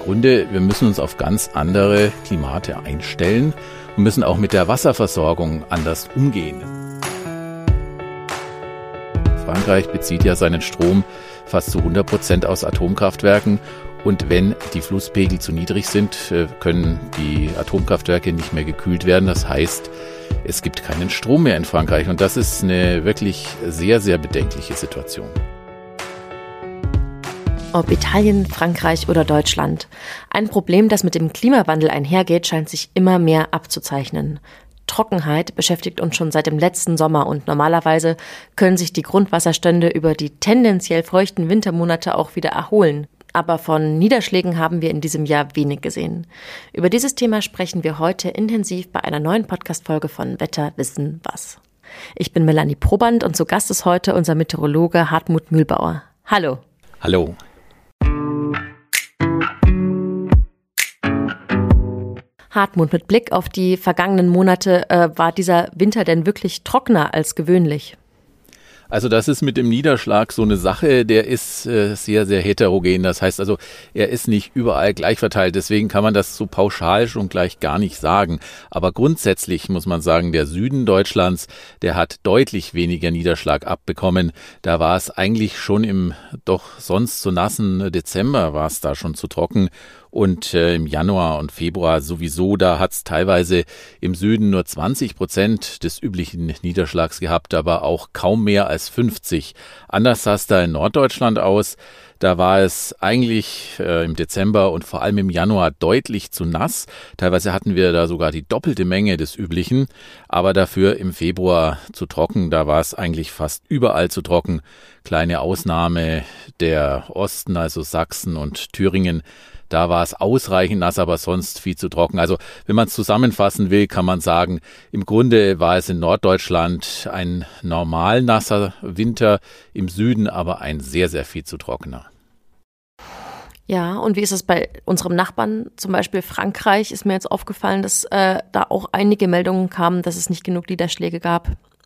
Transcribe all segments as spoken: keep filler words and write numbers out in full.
Grunde, wir müssen uns auf ganz andere Klimate einstellen und müssen auch mit der Wasserversorgung anders umgehen. Frankreich bezieht ja seinen Strom fast zu hundert Prozent aus Atomkraftwerken. Und wenn die Flusspegel zu niedrig sind, können die Atomkraftwerke nicht mehr gekühlt werden. Das heißt, es gibt keinen Strom mehr in Frankreich. Und das ist eine wirklich sehr, sehr bedenkliche Situation. Ob Italien, Frankreich oder Deutschland. Ein Problem, das mit dem Klimawandel einhergeht, scheint sich immer mehr abzuzeichnen. Trockenheit beschäftigt uns schon seit dem letzten Sommer und normalerweise können sich die Grundwasserstände über die tendenziell feuchten Wintermonate auch wieder erholen. Aber von Niederschlägen haben wir in diesem Jahr wenig gesehen. Über dieses Thema sprechen wir heute intensiv bei einer neuen Podcast-Folge von Wetter, Wissen, Was. Ich bin Melanie Proband und zu Gast ist heute unser Meteorologe Hartmut Mühlbauer. Hallo. Hallo. Hartmut, mit Blick auf die vergangenen Monate, äh, war dieser Winter denn wirklich trockener als gewöhnlich? Also das ist mit dem Niederschlag so eine Sache, der ist äh, sehr, sehr heterogen. Das heißt also, er ist nicht überall gleich verteilt. Deswegen kann man das so pauschal schon gleich gar nicht sagen. Aber grundsätzlich muss man sagen, der Süden Deutschlands, der hat deutlich weniger Niederschlag abbekommen. Da war es eigentlich schon im doch sonst so nassen Dezember war es da schon zu trocken. Und äh, im Januar und Februar sowieso, da hat es teilweise im Süden nur zwanzig Prozent des üblichen Niederschlags gehabt, aber auch kaum mehr als fünfzig. Anders sah es da in Norddeutschland aus. Da war es eigentlich äh, im Dezember und vor allem im Januar deutlich zu nass. Teilweise hatten wir da sogar die doppelte Menge des üblichen, aber dafür im Februar zu trocken. Da war es eigentlich fast überall zu trocken. Kleine Ausnahme der Osten, also Sachsen und Thüringen. Da war es ausreichend nass, aber sonst viel zu trocken. Also wenn man es zusammenfassen will, kann man sagen, im Grunde war es in Norddeutschland ein normal nasser Winter, im Süden aber ein sehr, sehr viel zu trockener. Ja, und wie ist es bei unserem Nachbarn, zum Beispiel Frankreich, ist mir jetzt aufgefallen, dass äh, da auch einige Meldungen kamen, dass es nicht genug Niederschläge gab.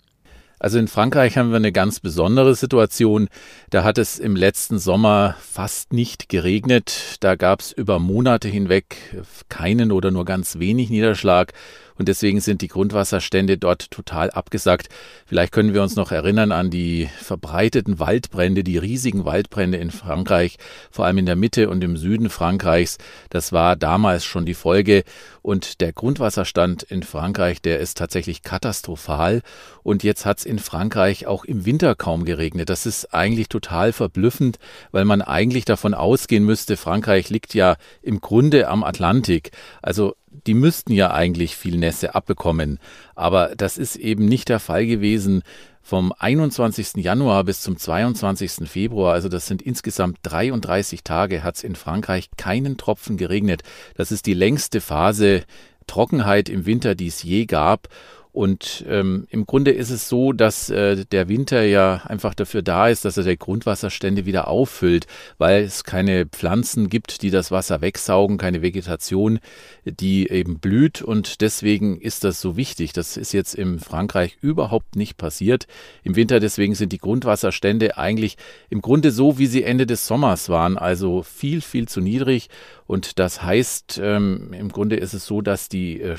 Also in Frankreich haben wir eine ganz besondere Situation. Da hat es im letzten Sommer fast nicht geregnet. Da gab es über Monate hinweg keinen oder nur ganz wenig Niederschlag. Und deswegen sind die Grundwasserstände dort total abgesackt. Vielleicht können wir uns noch erinnern an die verbreiteten Waldbrände, die riesigen Waldbrände in Frankreich, vor allem in der Mitte und im Süden Frankreichs. Das war damals schon die Folge. Und der Grundwasserstand in Frankreich, der ist tatsächlich katastrophal. Und jetzt hat es in Frankreich auch im Winter kaum geregnet. Das ist eigentlich total verblüffend, weil man eigentlich davon ausgehen müsste, Frankreich liegt ja im Grunde am Atlantik. Also die müssten ja eigentlich viel Nässe abbekommen, aber das ist eben nicht der Fall gewesen. Vom einundzwanzigsten Januar bis zum zweiundzwanzigsten Februar, also das sind insgesamt dreiunddreißig Tage, hat es in Frankreich keinen Tropfen geregnet. Das ist die längste Phase Trockenheit im Winter, die es je gab. Und ähm, im Grunde ist es so, dass äh, der Winter ja einfach dafür da ist, dass er die Grundwasserstände wieder auffüllt, weil es keine Pflanzen gibt, die das Wasser wegsaugen, keine Vegetation, die eben blüht. Und deswegen ist das so wichtig. Das ist jetzt in Frankreich überhaupt nicht passiert. Im Winter deswegen sind die Grundwasserstände eigentlich im Grunde so, wie sie Ende des Sommers waren, also viel, viel zu niedrig. Und das heißt, ähm, im Grunde ist es so, dass die äh,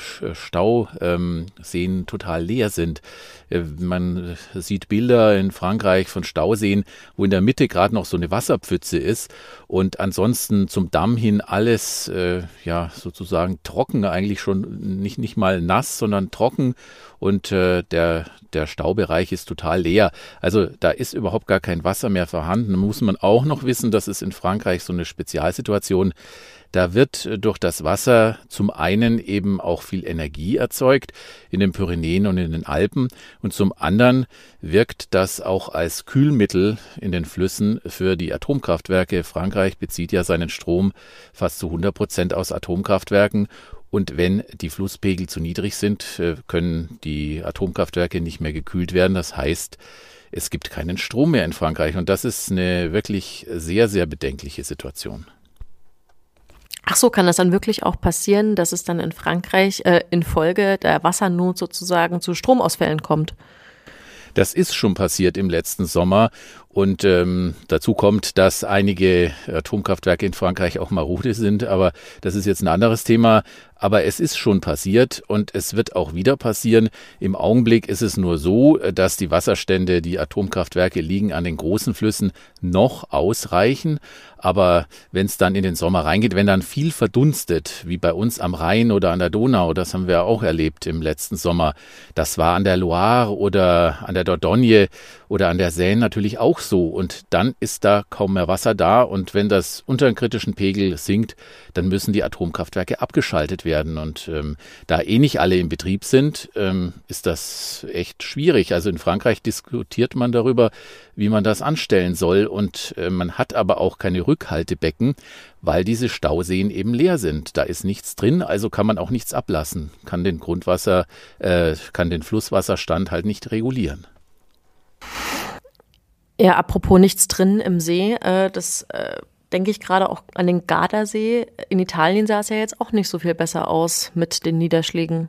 Stauseen ähm, total leer sind. Äh, man sieht Bilder in Frankreich von Stauseen, wo in der Mitte gerade noch so eine Wasserpfütze ist und ansonsten zum Damm hin alles äh, ja sozusagen trocken, eigentlich schon nicht, nicht mal nass, sondern trocken. Und äh, der, der Staubereich ist total leer. Also da ist überhaupt gar kein Wasser mehr vorhanden. Da muss man auch noch wissen, das ist in Frankreich so eine Spezialsituation. Da wird durch das Wasser zum einen eben auch viel Energie erzeugt in den Pyrenäen und in den Alpen und zum anderen wirkt das auch als Kühlmittel in den Flüssen für die Atomkraftwerke. Frankreich bezieht ja seinen Strom fast zu hundert Prozent aus Atomkraftwerken. Und wenn die Flusspegel zu niedrig sind, können die Atomkraftwerke nicht mehr gekühlt werden. Das heißt, es gibt keinen Strom mehr in Frankreich. Und das ist eine wirklich sehr, sehr bedenkliche Situation. Ach so, kann das dann wirklich auch passieren, dass es dann in Frankreich äh, infolge der Wassernot sozusagen zu Stromausfällen kommt? Das ist schon passiert im letzten Sommer Und ähm, dazu kommt, dass einige Atomkraftwerke in Frankreich auch marode sind, aber das ist jetzt ein anderes Thema. Aber es ist schon passiert und es wird auch wieder passieren. Im Augenblick ist es nur so, dass die Wasserstände, die Atomkraftwerke liegen an den großen Flüssen, noch ausreichen. Aber wenn es dann in den Sommer reingeht, wenn dann viel verdunstet, wie bei uns am Rhein oder an der Donau, das haben wir auch erlebt im letzten Sommer, das war an der Loire oder an der Dordogne oder an der Seine natürlich auch so. Und dann ist da kaum mehr Wasser da. Und wenn das unter den kritischen Pegel sinkt, dann müssen die Atomkraftwerke abgeschaltet werden. Und ähm, da eh nicht alle in Betrieb sind, ähm, ist das echt schwierig. Also in Frankreich diskutiert man darüber, wie man das anstellen soll. Und äh, man hat aber auch keine Rückhaltebecken, weil diese Stauseen eben leer sind. Da ist nichts drin, also kann man auch nichts ablassen, kann den Grundwasser, äh, kann den Flusswasserstand halt nicht regulieren. Ja, apropos nichts drin im See, äh, das äh, denke ich gerade auch an den Gardasee. In Italien sah es ja jetzt auch nicht so viel besser aus mit den Niederschlägen.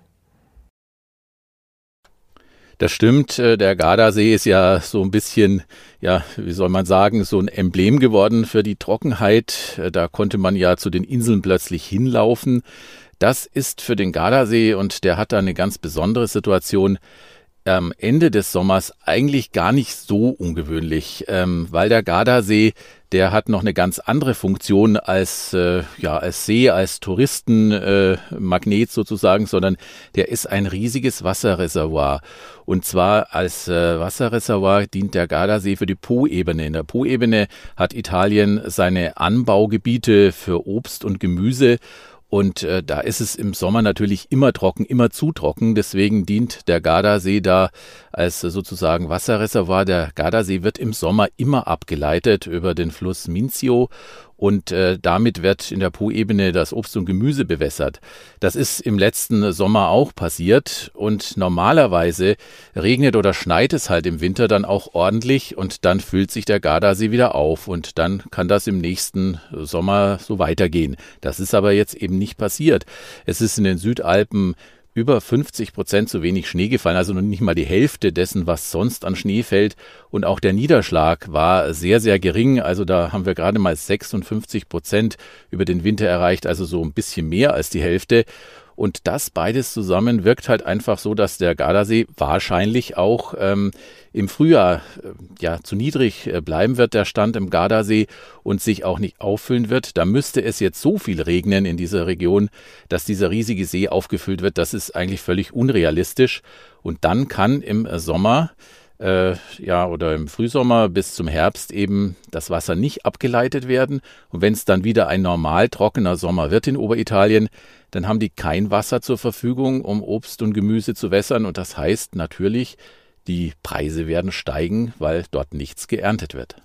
Das stimmt, der Gardasee ist ja so ein bisschen, ja, wie soll man sagen, so ein Emblem geworden für die Trockenheit. Da konnte man ja zu den Inseln plötzlich hinlaufen. Das ist für den Gardasee, und der hat da eine ganz besondere Situation, am Ende des Sommers eigentlich gar nicht so ungewöhnlich, ähm, weil der Gardasee, der hat noch eine ganz andere Funktion als, äh, ja, als See, als Touristenmagnet äh, sozusagen, sondern der ist ein riesiges Wasserreservoir. Und zwar als äh, Wasserreservoir dient der Gardasee für die Poebene. In der Poebene hat Italien seine Anbaugebiete für Obst und Gemüse. Und äh, da ist es im Sommer natürlich immer trocken, immer zu trocken. Deswegen dient der Gardasee da als äh, sozusagen Wasserreservoir. Der Gardasee wird im Sommer immer abgeleitet über den Fluss Mincio. Und äh, damit wird in der Poebene das Obst und Gemüse bewässert. Das ist im letzten Sommer auch passiert. Und normalerweise regnet oder schneit es halt im Winter dann auch ordentlich. Und dann füllt sich der Gardasee wieder auf. Und dann kann das im nächsten Sommer so weitergehen. Das ist aber jetzt eben nicht passiert. Es ist in den Südalpen über fünfzig Prozent zu wenig Schnee gefallen, also noch nicht mal die Hälfte dessen, was sonst an Schnee fällt. Und auch der Niederschlag war sehr, sehr gering. Also da haben wir gerade mal sechsundfünfzig Prozent über den Winter erreicht, also so ein bisschen mehr als die Hälfte. Und das beides zusammen wirkt halt einfach so, dass der Gardasee wahrscheinlich auch ähm, im Frühjahr äh, ja zu niedrig äh, bleiben wird, der Stand im Gardasee, und sich auch nicht auffüllen wird. Da müsste es jetzt so viel regnen in dieser Region, dass dieser riesige See aufgefüllt wird. Das ist eigentlich völlig unrealistisch. Und dann kann im Sommer Äh, ja, oder im Frühsommer bis zum Herbst eben das Wasser nicht abgeleitet werden. Und wenn es dann wieder ein normal trockener Sommer wird in Oberitalien, dann haben die kein Wasser zur Verfügung, um Obst und Gemüse zu wässern. Und das heißt natürlich, die Preise werden steigen, weil dort nichts geerntet wird.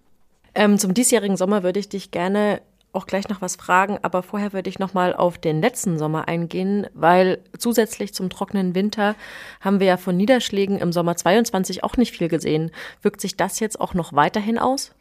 Ähm, zum diesjährigen Sommer würde ich dich gerne auch gleich noch was fragen, aber vorher würde ich noch mal auf den letzten Sommer eingehen, weil zusätzlich zum trockenen Winter haben wir ja von Niederschlägen im Sommer zweiundzwanzig auch nicht viel gesehen. Wirkt sich das jetzt auch noch weiterhin aus?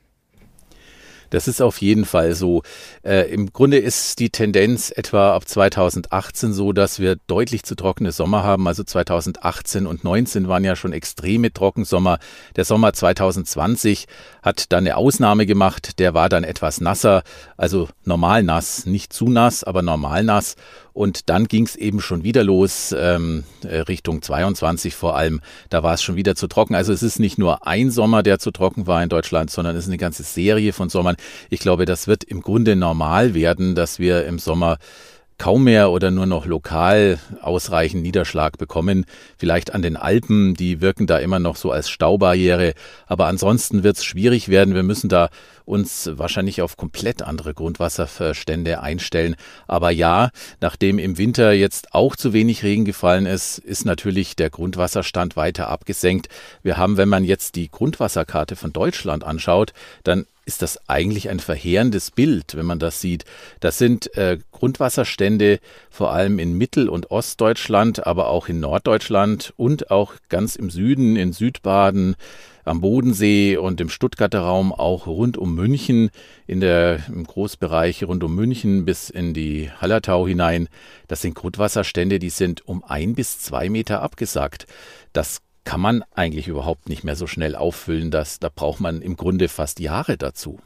Das ist auf jeden Fall so. Äh, im Grunde ist die Tendenz etwa ab zweitausendachtzehn so, dass wir deutlich zu trockene Sommer haben. Also zweitausendachtzehn und neunzehn waren ja schon extreme Trockensommer. Der Sommer zweitausendzwanzig hat dann eine Ausnahme gemacht. Der war dann etwas nasser, also normal nass, nicht zu nass, aber normal nass. Und dann ging es eben schon wieder los, ähm, Richtung zweiundzwanzig vor allem. Da war es schon wieder zu trocken. Also es ist nicht nur ein Sommer, der zu trocken war in Deutschland, sondern es ist eine ganze Serie von Sommern. Ich glaube, das wird im Grunde normal werden, dass wir im Sommer kaum mehr oder nur noch lokal ausreichend Niederschlag bekommen. Vielleicht an den Alpen, die wirken da immer noch so als Staubarriere. Aber ansonsten wird es schwierig werden. Wir müssen da uns wahrscheinlich auf komplett andere Grundwasserstände einstellen. Aber ja, nachdem im Winter jetzt auch zu wenig Regen gefallen ist, ist natürlich der Grundwasserstand weiter abgesenkt. Wir haben, wenn man jetzt die Grundwasserkarte von Deutschland anschaut, dann ist das eigentlich ein verheerendes Bild, wenn man das sieht. Das sind äh, Grundwasserstände vor allem in Mittel- und Ostdeutschland, aber auch in Norddeutschland und auch ganz im Süden, in Südbaden, am Bodensee und im Stuttgarter Raum, auch rund um München, in der, im Großbereich rund um München bis in die Hallertau hinein. Das sind Grundwasserstände, die sind um ein bis zwei Meter abgesackt. Das kann man eigentlich überhaupt nicht mehr so schnell auffüllen. Das, da braucht man im Grunde fast Jahre dazu.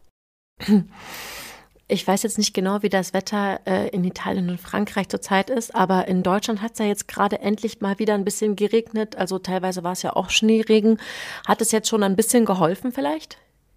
Ich weiß jetzt nicht genau, wie das Wetter äh, in Italien und Frankreich zurzeit ist, aber in Deutschland hat es ja jetzt gerade endlich mal wieder ein bisschen geregnet. Also teilweise war es ja auch Schneeregen. Hat es jetzt schon ein bisschen geholfen vielleicht?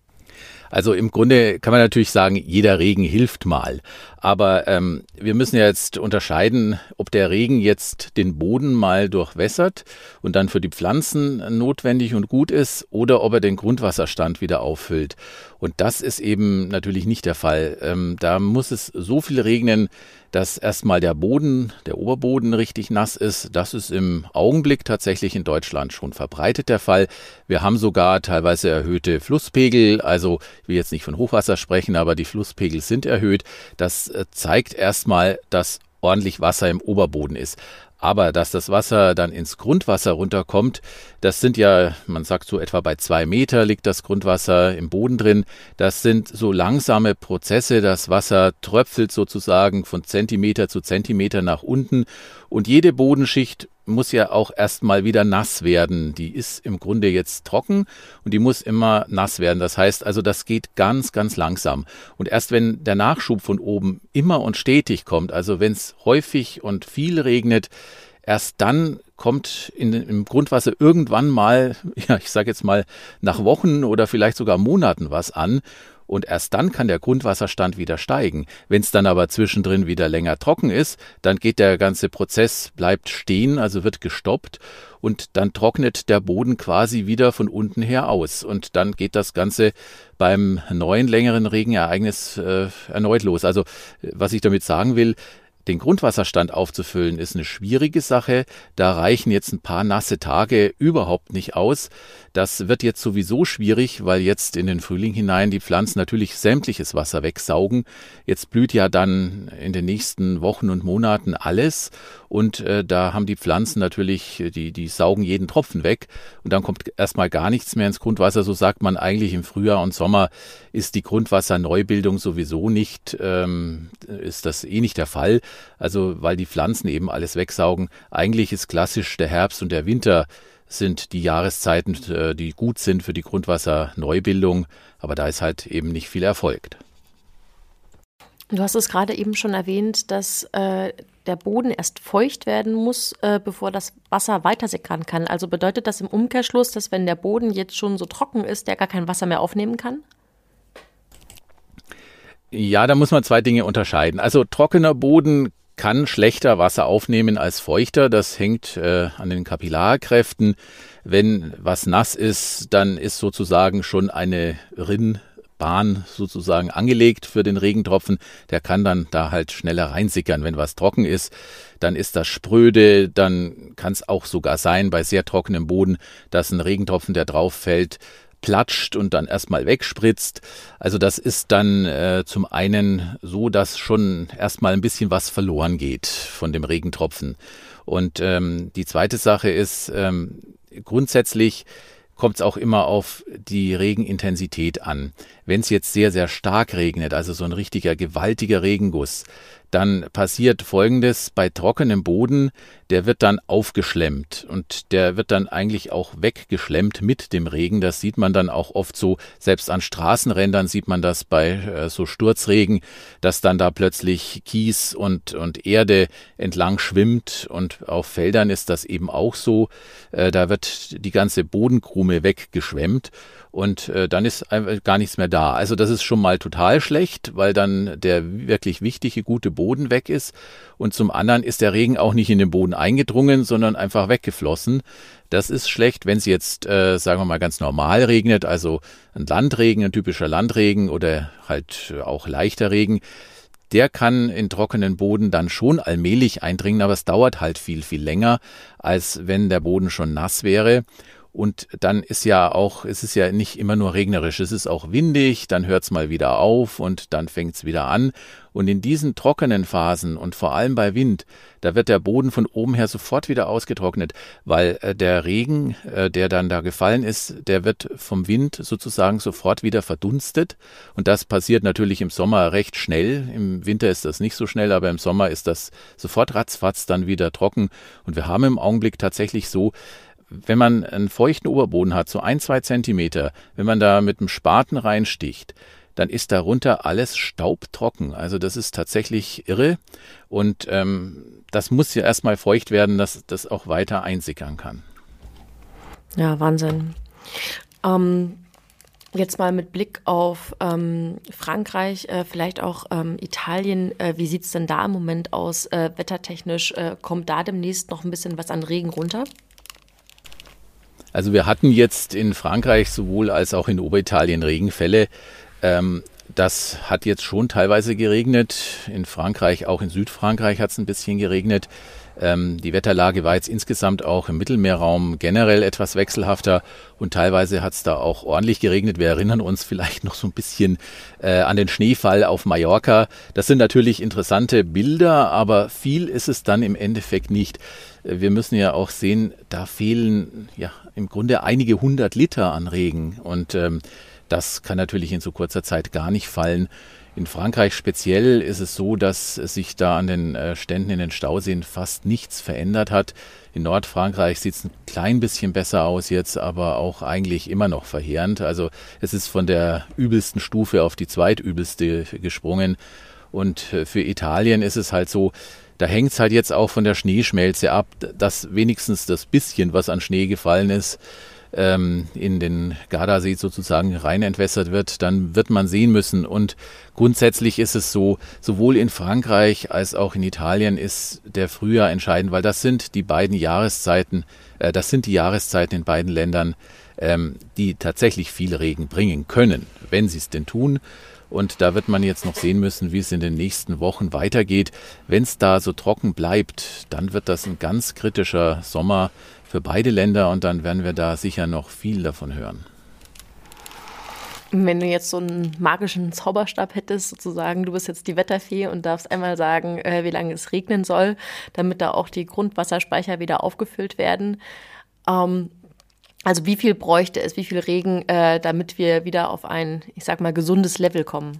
Also im Grunde kann man natürlich sagen, jeder Regen hilft mal. Aber ähm, wir müssen ja jetzt unterscheiden, ob der Regen jetzt den Boden mal durchwässert und dann für die Pflanzen notwendig und gut ist oder ob er den Grundwasserstand wieder auffüllt. Und das ist eben natürlich nicht der Fall. Ähm, da muss es so viel regnen, dass erstmal der Boden, der Oberboden richtig nass ist. Das ist im Augenblick tatsächlich in Deutschland schon verbreitet der Fall. Wir haben sogar teilweise erhöhte Flusspegel. Also ich will jetzt nicht von Hochwasser sprechen, aber die Flusspegel sind erhöht. Das zeigt erstmal, dass ordentlich Wasser im Oberboden ist. Aber dass das Wasser dann ins Grundwasser runterkommt, das sind ja, man sagt so etwa bei zwei Meter liegt das Grundwasser im Boden drin. Das sind so langsame Prozesse. Das Wasser tröpfelt sozusagen von Zentimeter zu Zentimeter nach unten. Und jede Bodenschicht muss ja auch erstmal wieder nass werden. Die ist im Grunde jetzt trocken und die muss immer nass werden. Das heißt also, das geht ganz, ganz langsam. Und erst wenn der Nachschub von oben immer und stetig kommt, also wenn es häufig und viel regnet, erst dann kommt in, im Grundwasser irgendwann mal, ja, ich sage jetzt mal nach Wochen oder vielleicht sogar Monaten was an. Und erst dann kann der Grundwasserstand wieder steigen. Wenn es dann aber zwischendrin wieder länger trocken ist, dann geht der ganze Prozess, bleibt stehen, also wird gestoppt und dann trocknet der Boden quasi wieder von unten her aus. Und dann geht das Ganze beim neuen längeren Regenereignis äh, erneut los. Also was ich damit sagen will, den Grundwasserstand aufzufüllen, ist eine schwierige Sache. Da reichen jetzt ein paar nasse Tage überhaupt nicht aus. Das wird jetzt sowieso schwierig, weil jetzt in den Frühling hinein die Pflanzen natürlich sämtliches Wasser wegsaugen. Jetzt blüht ja dann in den nächsten Wochen und Monaten alles und äh, da haben die Pflanzen natürlich, die, die saugen jeden Tropfen weg und dann kommt erstmal gar nichts mehr ins Grundwasser. So sagt man eigentlich, im Frühjahr und Sommer ist die Grundwasserneubildung sowieso nicht, ähm, ist das eh nicht der Fall. Also weil die Pflanzen eben alles wegsaugen. Eigentlich ist klassisch der Herbst und der Winter sind die Jahreszeiten, die gut sind für die Grundwasserneubildung. Aber da ist halt eben nicht viel erfolgt. Du hast es gerade eben schon erwähnt, dass äh, der Boden erst feucht werden muss, äh, bevor das Wasser weitersickern kann. Also bedeutet das im Umkehrschluss, dass wenn der Boden jetzt schon so trocken ist, der gar kein Wasser mehr aufnehmen kann? Ja, da muss man zwei Dinge unterscheiden. Also trockener Boden kann schlechter Wasser aufnehmen als feuchter. Das hängt äh, an den Kapillarkräften. Wenn was nass ist, dann ist sozusagen schon eine Rinnbahn sozusagen angelegt für den Regentropfen. Der kann dann da halt schneller reinsickern. Wenn was trocken ist, dann ist das spröde. Dann kann es auch sogar sein, bei sehr trockenem Boden, dass ein Regentropfen, der drauf fällt, platscht und dann erstmal wegspritzt. Also das ist dann äh, zum einen so, dass schon erstmal ein bisschen was verloren geht von dem Regentropfen. Und ähm, die zweite Sache ist, ähm, grundsätzlich kommt es auch immer auf die Regenintensität an. Wenn es jetzt sehr, sehr stark regnet, also so ein richtiger gewaltiger Regenguss, dann passiert Folgendes bei trockenem Boden, der wird dann aufgeschlemmt und der wird dann eigentlich auch weggeschlemmt mit dem Regen. Das sieht man dann auch oft so, selbst an Straßenrändern sieht man das bei äh, so Sturzregen, dass dann da plötzlich Kies und, und Erde entlang schwimmt und auf Feldern ist das eben auch so. Äh, da wird die ganze Bodenkrume weggeschwemmt. Und äh, dann ist einfach gar nichts mehr da. Also das ist schon mal total schlecht, weil dann der wirklich wichtige, gute Boden weg ist. Und zum anderen ist der Regen auch nicht in den Boden eingedrungen, sondern einfach weggeflossen. Das ist schlecht, wenn es jetzt, äh, sagen wir mal, ganz normal regnet, also ein Landregen, ein typischer Landregen oder halt auch leichter Regen. Der kann in trockenen Boden dann schon allmählich eindringen, aber es dauert halt viel, viel länger, als wenn der Boden schon nass wäre. Und dann ist ja auch, es ist ja nicht immer nur regnerisch, es ist auch windig, dann hört es mal wieder auf und dann fängt es wieder an. Und in diesen trockenen Phasen und vor allem bei Wind, da wird der Boden von oben her sofort wieder ausgetrocknet, weil äh, der Regen, äh, der dann da gefallen ist, der wird vom Wind sozusagen sofort wieder verdunstet. Und das passiert natürlich im Sommer recht schnell. Im Winter ist das nicht so schnell, aber im Sommer ist das sofort ratzfatz dann wieder trocken. Und wir haben im Augenblick tatsächlich so, wenn man einen feuchten Oberboden hat, so ein, zwei Zentimeter, wenn man da mit einem Spaten reinsticht, dann ist darunter alles staubtrocken. Also das ist tatsächlich irre. Und ähm, das muss ja erstmal feucht werden, dass das auch weiter einsickern kann. Ja, Wahnsinn. Ähm, jetzt mal mit Blick auf ähm, Frankreich, äh, vielleicht auch ähm, Italien. Äh, wie sieht es denn da im Moment aus, äh, wettertechnisch? Äh, kommt da demnächst noch ein bisschen was an Regen runter? Also wir hatten jetzt in Frankreich sowohl als auch in Oberitalien Regenfälle. Ähm, das hat jetzt schon teilweise geregnet. In Frankreich, auch in Südfrankreich hat es ein bisschen geregnet. Ähm, die Wetterlage war jetzt insgesamt auch im Mittelmeerraum generell etwas wechselhafter und teilweise hat es da auch ordentlich geregnet. Wir erinnern uns vielleicht noch so ein bisschen äh, an den Schneefall auf Mallorca. Das sind natürlich interessante Bilder, aber viel ist es dann im Endeffekt nicht. Wir müssen ja auch sehen, da fehlen ja im Grunde einige hundert Liter an Regen und ähm, das kann natürlich in so kurzer Zeit gar nicht fallen. In Frankreich speziell ist es so, dass sich da an den Ständen in den Stauseen fast nichts verändert hat. In Nordfrankreich sieht es ein klein bisschen besser aus jetzt, aber auch eigentlich immer noch verheerend. Also es ist von der übelsten Stufe auf die zweitübelste gesprungen. Und für Italien ist es halt so, da hängt es halt jetzt auch von der Schneeschmelze ab, dass wenigstens das bisschen, was an Schnee gefallen ist, in den Gardasee sozusagen rein entwässert wird, dann wird man sehen müssen. Und grundsätzlich ist es so, sowohl in Frankreich als auch in Italien ist der Frühjahr entscheidend, weil das sind die beiden Jahreszeiten, äh, das sind die Jahreszeiten in beiden Ländern, ähm, die tatsächlich viel Regen bringen können, wenn sie es denn tun. Und da wird man jetzt noch sehen müssen, wie es in den nächsten Wochen weitergeht. Wenn es da so trocken bleibt, dann wird das ein ganz kritischer Sommer für beide Länder und dann werden wir da sicher noch viel davon hören. Wenn du jetzt so einen magischen Zauberstab hättest, sozusagen, du bist jetzt die Wetterfee und darfst einmal sagen, äh, wie lange es regnen soll, damit da auch die Grundwasserspeicher wieder aufgefüllt werden. Ähm, also wie viel bräuchte es, wie viel Regen, äh, damit wir wieder auf ein, ich sag mal, gesundes Level kommen?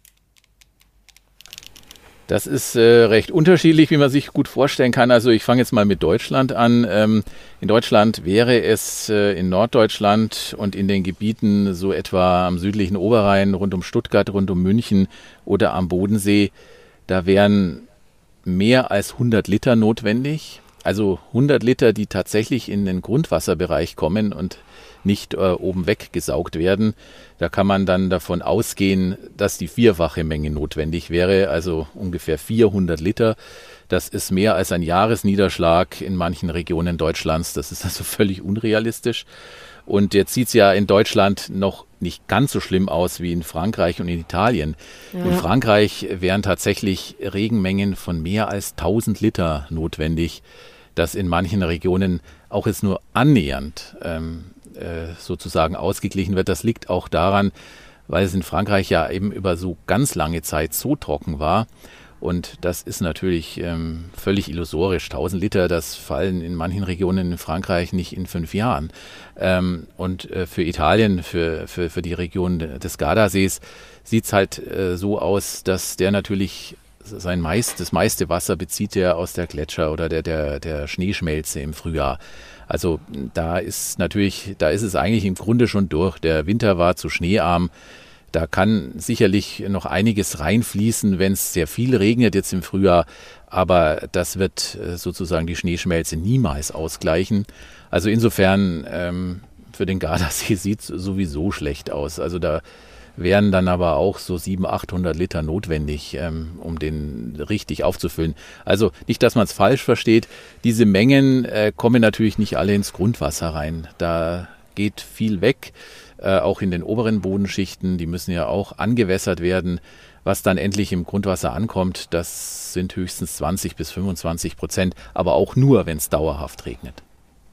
Das ist äh, recht unterschiedlich, wie man sich gut vorstellen kann. Also ich fange jetzt mal mit Deutschland an. Ähm, in Deutschland wäre es äh, in Norddeutschland und in den Gebieten so etwa am südlichen Oberrhein, rund um Stuttgart, rund um München oder am Bodensee, da wären mehr als hundert Liter notwendig. Also hundert Liter, die tatsächlich in den Grundwasserbereich kommen und nicht äh, oben weggesaugt werden. Da kann man dann davon ausgehen, dass die vierfache Menge notwendig wäre, also ungefähr vierhundert Liter. Das ist mehr als ein Jahresniederschlag in manchen Regionen Deutschlands. Das ist also völlig unrealistisch. Und jetzt sieht es ja in Deutschland noch nicht ganz so schlimm aus wie in Frankreich und in Italien. Ja. In Frankreich wären tatsächlich Regenmengen von mehr als tausend Liter notwendig, dass in manchen Regionen auch jetzt nur annähernd ähm, äh, sozusagen ausgeglichen wird. Das liegt auch daran, weil es in Frankreich ja eben über so ganz lange Zeit so trocken war. Und das ist natürlich ähm, völlig illusorisch. tausend Liter, das fallen in manchen Regionen in Frankreich nicht in fünf Jahren. Ähm, und äh, für Italien, für, für, für die Region des Gardasees, sieht es halt äh, so aus, dass der natürlich sein meist, das meiste Wasser bezieht er aus der Gletscher oder der, der, der Schneeschmelze im Frühjahr. Also da ist natürlich, da ist es eigentlich im Grunde schon durch. Der Winter war zu schneearm. Da kann sicherlich noch einiges reinfließen, wenn es sehr viel regnet jetzt im Frühjahr. Aber das wird sozusagen die Schneeschmelze niemals ausgleichen. Also insofern ähm, für den Gardasee sieht es sowieso schlecht aus. Also da wären dann aber auch so siebenhundert, achthundert Liter notwendig, ähm, um den richtig aufzufüllen. Also nicht, dass man es falsch versteht. Diese Mengen äh, kommen natürlich nicht alle ins Grundwasser rein. Da geht viel weg. Äh, auch in den oberen Bodenschichten, die müssen ja auch angewässert werden. Was dann endlich im Grundwasser ankommt, das sind höchstens zwanzig bis fünfundzwanzig Prozent, aber auch nur, wenn es dauerhaft regnet.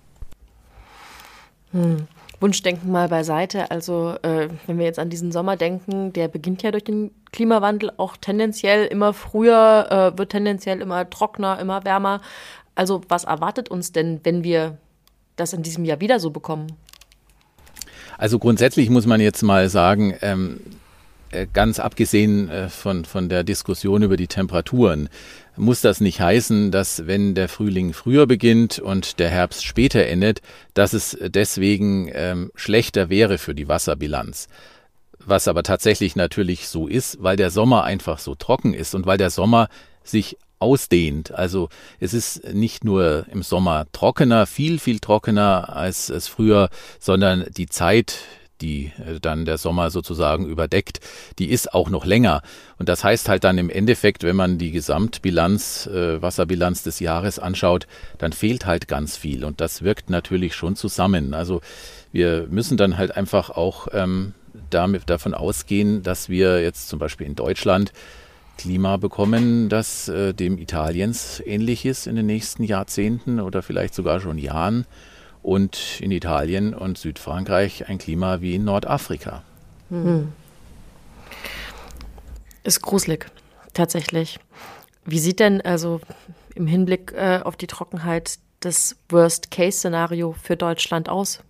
Hm. Wunschdenken mal beiseite. Also äh, wenn wir jetzt an diesen Sommer denken, der beginnt ja durch den Klimawandel auch tendenziell immer früher, äh, wird tendenziell immer trockener, immer wärmer. Also was erwartet uns denn, wenn wir das in diesem Jahr wieder so bekommen? Also grundsätzlich muss man jetzt mal sagen, ähm, ganz abgesehen äh, von, von der Diskussion über die Temperaturen, muss das nicht heißen, dass wenn der Frühling früher beginnt und der Herbst später endet, dass es deswegen ähm, schlechter wäre für die Wasserbilanz. Was aber tatsächlich natürlich so ist, weil der Sommer einfach so trocken ist und weil der Sommer sich ausdehnt. Also es ist nicht nur im Sommer trockener, viel, viel trockener als es früher, sondern die Zeit, die dann der Sommer sozusagen überdeckt, die ist auch noch länger. Und das heißt halt dann im Endeffekt, wenn man die Gesamtbilanz, äh, Wasserbilanz des Jahres anschaut, dann fehlt halt ganz viel. Und das wirkt natürlich schon zusammen. Also wir müssen dann halt einfach auch ähm, damit, davon ausgehen, dass wir jetzt zum Beispiel in Deutschland Klima bekommen, das äh, dem Italiens ähnlich ist in den nächsten Jahrzehnten oder vielleicht sogar schon Jahren. Und in Italien und Südfrankreich ein Klima wie in Nordafrika. Hm. Ist gruselig, tatsächlich. Wie sieht denn also im Hinblick äh, auf die Trockenheit das Worst-Case-Szenario für Deutschland aus?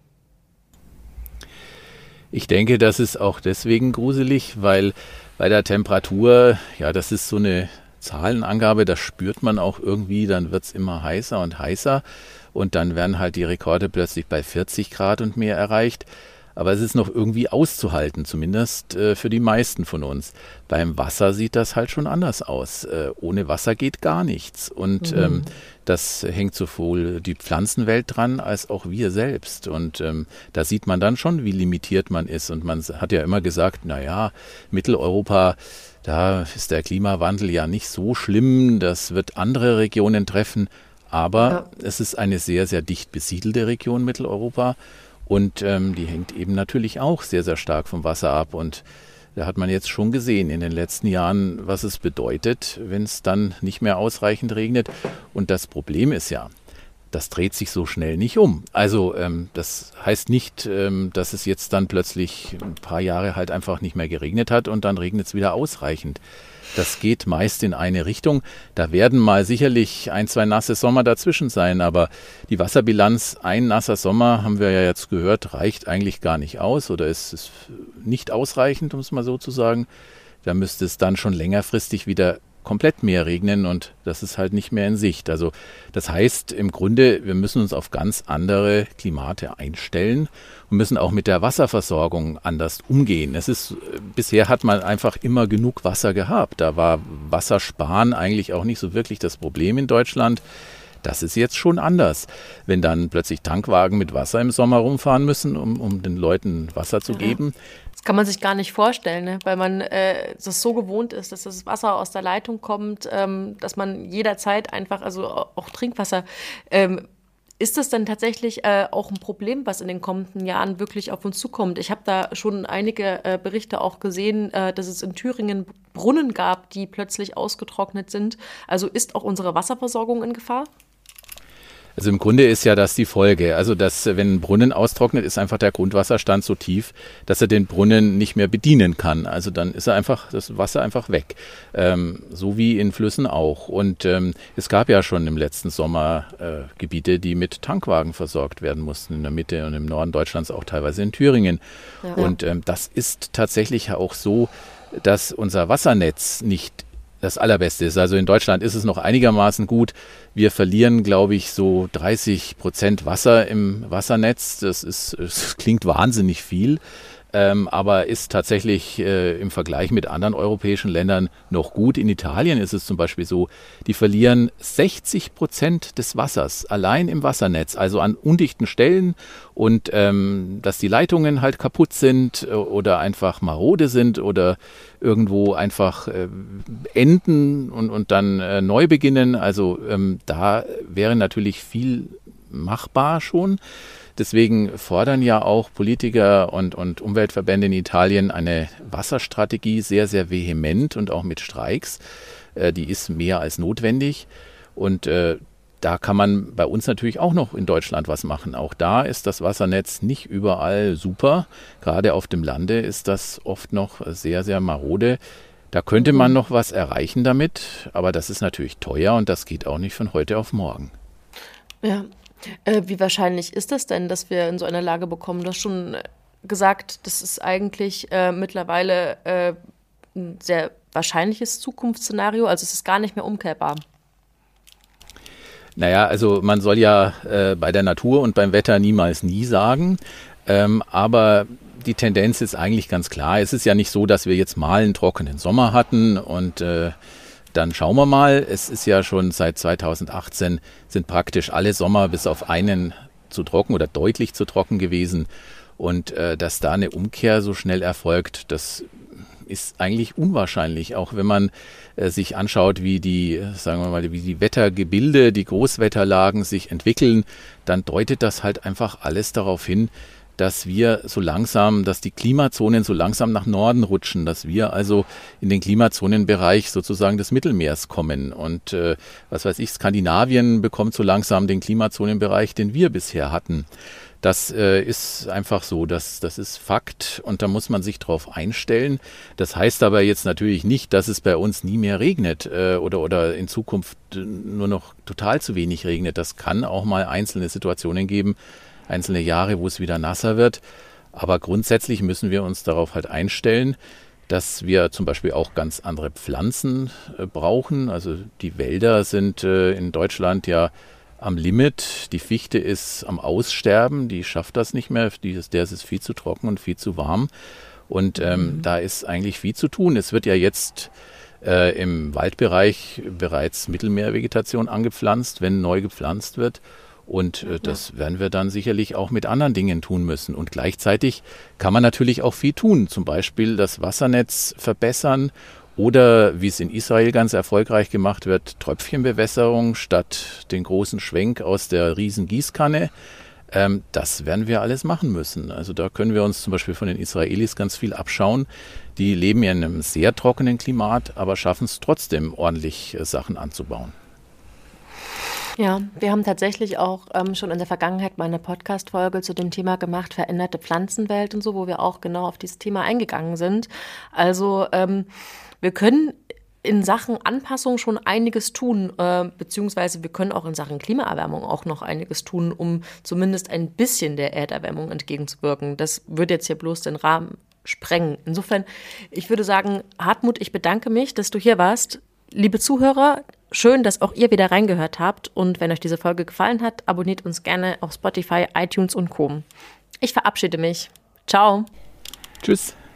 Ich denke, das ist auch deswegen gruselig, weil bei der Temperatur, ja, das ist so eine Zahlenangabe, das spürt man auch irgendwie, dann wird es immer heißer und heißer. Und dann werden halt die Rekorde plötzlich bei vierzig Grad und mehr erreicht. Aber es ist noch irgendwie auszuhalten, zumindest äh, für die meisten von uns. Beim Wasser sieht das halt schon anders aus. Äh, ohne Wasser geht gar nichts. Und mhm. ähm, das hängt sowohl die Pflanzenwelt dran, als auch wir selbst. Und ähm, da sieht man dann schon, wie limitiert man ist. Und man hat ja immer gesagt, naja, Mitteleuropa, da ist der Klimawandel ja nicht so schlimm. Das wird andere Regionen treffen. Aber ja. es ist eine sehr, sehr dicht besiedelte Region Mitteleuropa und ähm, die hängt eben natürlich auch sehr, sehr stark vom Wasser ab. Und da hat man jetzt schon gesehen in den letzten Jahren, was es bedeutet, wenn es dann nicht mehr ausreichend regnet. Und das Problem ist ja, das dreht sich so schnell nicht um. Also ähm, das heißt nicht, ähm, dass es jetzt dann plötzlich ein paar Jahre halt einfach nicht mehr geregnet hat und dann regnet es wieder ausreichend. Das geht meist in eine Richtung. Da werden mal sicherlich ein, zwei nasse Sommer dazwischen sein, aber die Wasserbilanz, ein nasser Sommer, haben wir ja jetzt gehört, reicht eigentlich gar nicht aus oder ist, ist nicht ausreichend, um es mal so zu sagen. Da müsste es dann schon längerfristig wieder komplett mehr regnen und das ist halt nicht mehr in Sicht. Also das heißt im Grunde, wir müssen uns auf ganz andere Klimate einstellen und müssen auch mit der Wasserversorgung anders umgehen. Es ist, bisher hat man einfach immer genug Wasser gehabt. Da war Wassersparen eigentlich auch nicht so wirklich das Problem in Deutschland. Das ist jetzt schon anders, wenn dann plötzlich Tankwagen mit Wasser im Sommer rumfahren müssen, um, um den Leuten Wasser zu geben. Das kann man sich gar nicht vorstellen, ne? Weil man äh, das so gewohnt ist, dass das Wasser aus der Leitung kommt, ähm, dass man jederzeit einfach, also auch Trinkwasser, ähm, ist das dann tatsächlich äh, auch ein Problem, was in den kommenden Jahren wirklich auf uns zukommt? Ich habe da schon einige äh, Berichte auch gesehen, äh, dass es in Thüringen Brunnen gab, die plötzlich ausgetrocknet sind. Also ist auch unsere Wasserversorgung in Gefahr? Also im Grunde ist ja das die Folge. Also dass, wenn ein Brunnen austrocknet, ist einfach der Grundwasserstand so tief, dass er den Brunnen nicht mehr bedienen kann. Also dann ist er einfach, das Wasser einfach weg. Ähm, so wie in Flüssen auch. Und ähm, es gab ja schon im letzten Sommer äh, Gebiete, die mit Tankwagen versorgt werden mussten, in der Mitte und im Norden Deutschlands, auch teilweise in Thüringen. Ja. Und ähm, das ist tatsächlich auch so, dass unser Wassernetz nicht das Allerbeste ist. Also in Deutschland ist es noch einigermaßen gut. Wir verlieren, glaube ich, so dreißig Prozent Wasser im Wassernetz. Das ist, das klingt wahnsinnig viel, ähm, aber ist tatsächlich äh, im Vergleich mit anderen europäischen Ländern noch gut. In Italien ist es zum Beispiel so, die verlieren sechzig Prozent des Wassers allein im Wassernetz, also an undichten Stellen und ähm, dass die Leitungen halt kaputt sind oder einfach marode sind oder irgendwo einfach äh, enden und, und dann äh, neu beginnen. Also ähm, da wäre natürlich viel machbar schon. Deswegen fordern ja auch Politiker und, und Umweltverbände in Italien eine Wasserstrategie sehr, sehr vehement und auch mit Streiks. Äh, die ist mehr als notwendig. Und äh, da kann man bei uns natürlich auch noch in Deutschland was machen. Auch da ist das Wassernetz nicht überall super. Gerade auf dem Lande ist das oft noch sehr, sehr marode. Da könnte man noch was erreichen damit, aber das ist natürlich teuer und das geht auch nicht von heute auf morgen. Ja, äh, wie wahrscheinlich ist das denn, dass wir in so eine Lage bekommen? Du hast schon gesagt, das ist eigentlich äh, mittlerweile äh, ein sehr wahrscheinliches Zukunftsszenario, also es ist gar nicht mehr umkehrbar. Naja, also man soll ja äh, bei der Natur und beim Wetter niemals nie sagen, ähm, aber die Tendenz ist eigentlich ganz klar. Es ist ja nicht so, dass wir jetzt mal einen trockenen Sommer hatten und äh, dann schauen wir mal. Es ist ja schon seit zweitausendachtzehn sind praktisch alle Sommer bis auf einen zu trocken oder deutlich zu trocken gewesen. Und äh, dass da eine Umkehr so schnell erfolgt, das ist eigentlich unwahrscheinlich. Auch wenn man äh, sich anschaut, wie die, sagen wir mal, wie die Wettergebilde, die Großwetterlagen sich entwickeln, dann deutet das halt einfach alles darauf hin, dass wir so langsam, dass die Klimazonen so langsam nach Norden rutschen, dass wir also in den Klimazonenbereich sozusagen des Mittelmeers kommen. Und äh, was weiß ich, Skandinavien bekommt so langsam den Klimazonenbereich, den wir bisher hatten. Das äh, ist einfach so, das, das ist Fakt und da muss man sich drauf einstellen. Das heißt aber jetzt natürlich nicht, dass es bei uns nie mehr regnet äh, oder, oder in Zukunft nur noch total zu wenig regnet. Das kann auch mal einzelne Situationen geben, einzelne Jahre, wo es wieder nasser wird. Aber grundsätzlich müssen wir uns darauf halt einstellen, dass wir zum Beispiel auch ganz andere Pflanzen äh, brauchen. Also die Wälder sind äh, in Deutschland ja am Limit. Die Fichte ist am Aussterben, die schafft das nicht mehr. Die ist, der ist es viel zu trocken und viel zu warm. Und ähm, mhm. da ist eigentlich viel zu tun. Es wird ja jetzt äh, im Waldbereich bereits Mittelmeervegetation angepflanzt, wenn neu gepflanzt wird. Und äh, das werden wir dann sicherlich auch mit anderen Dingen tun müssen. Und gleichzeitig kann man natürlich auch viel tun. Zum Beispiel das Wassernetz verbessern oder, wie es in Israel ganz erfolgreich gemacht wird, Tröpfchenbewässerung statt den großen Schwenk aus der riesen Gießkanne. Ähm, das werden wir alles machen müssen. Also da können wir uns zum Beispiel von den Israelis ganz viel abschauen. Die leben ja in einem sehr trockenen Klimat, aber schaffen es trotzdem, ordentlich äh, Sachen anzubauen. Ja, wir haben tatsächlich auch ähm, schon in der Vergangenheit mal eine Podcast-Folge zu dem Thema gemacht, veränderte Pflanzenwelt und so, wo wir auch genau auf dieses Thema eingegangen sind. Also ähm, wir können in Sachen Anpassung schon einiges tun, äh, beziehungsweise wir können auch in Sachen Klimaerwärmung auch noch einiges tun, um zumindest ein bisschen der Erderwärmung entgegenzuwirken. Das würde jetzt hier bloß den Rahmen sprengen. Insofern, ich würde sagen, Hartmut, ich bedanke mich, dass du hier warst. Liebe Zuhörer, schön, dass auch ihr wieder reingehört habt und wenn euch diese Folge gefallen hat, abonniert uns gerne auf Spotify, iTunes und Co. Ich verabschiede mich. Ciao. Tschüss.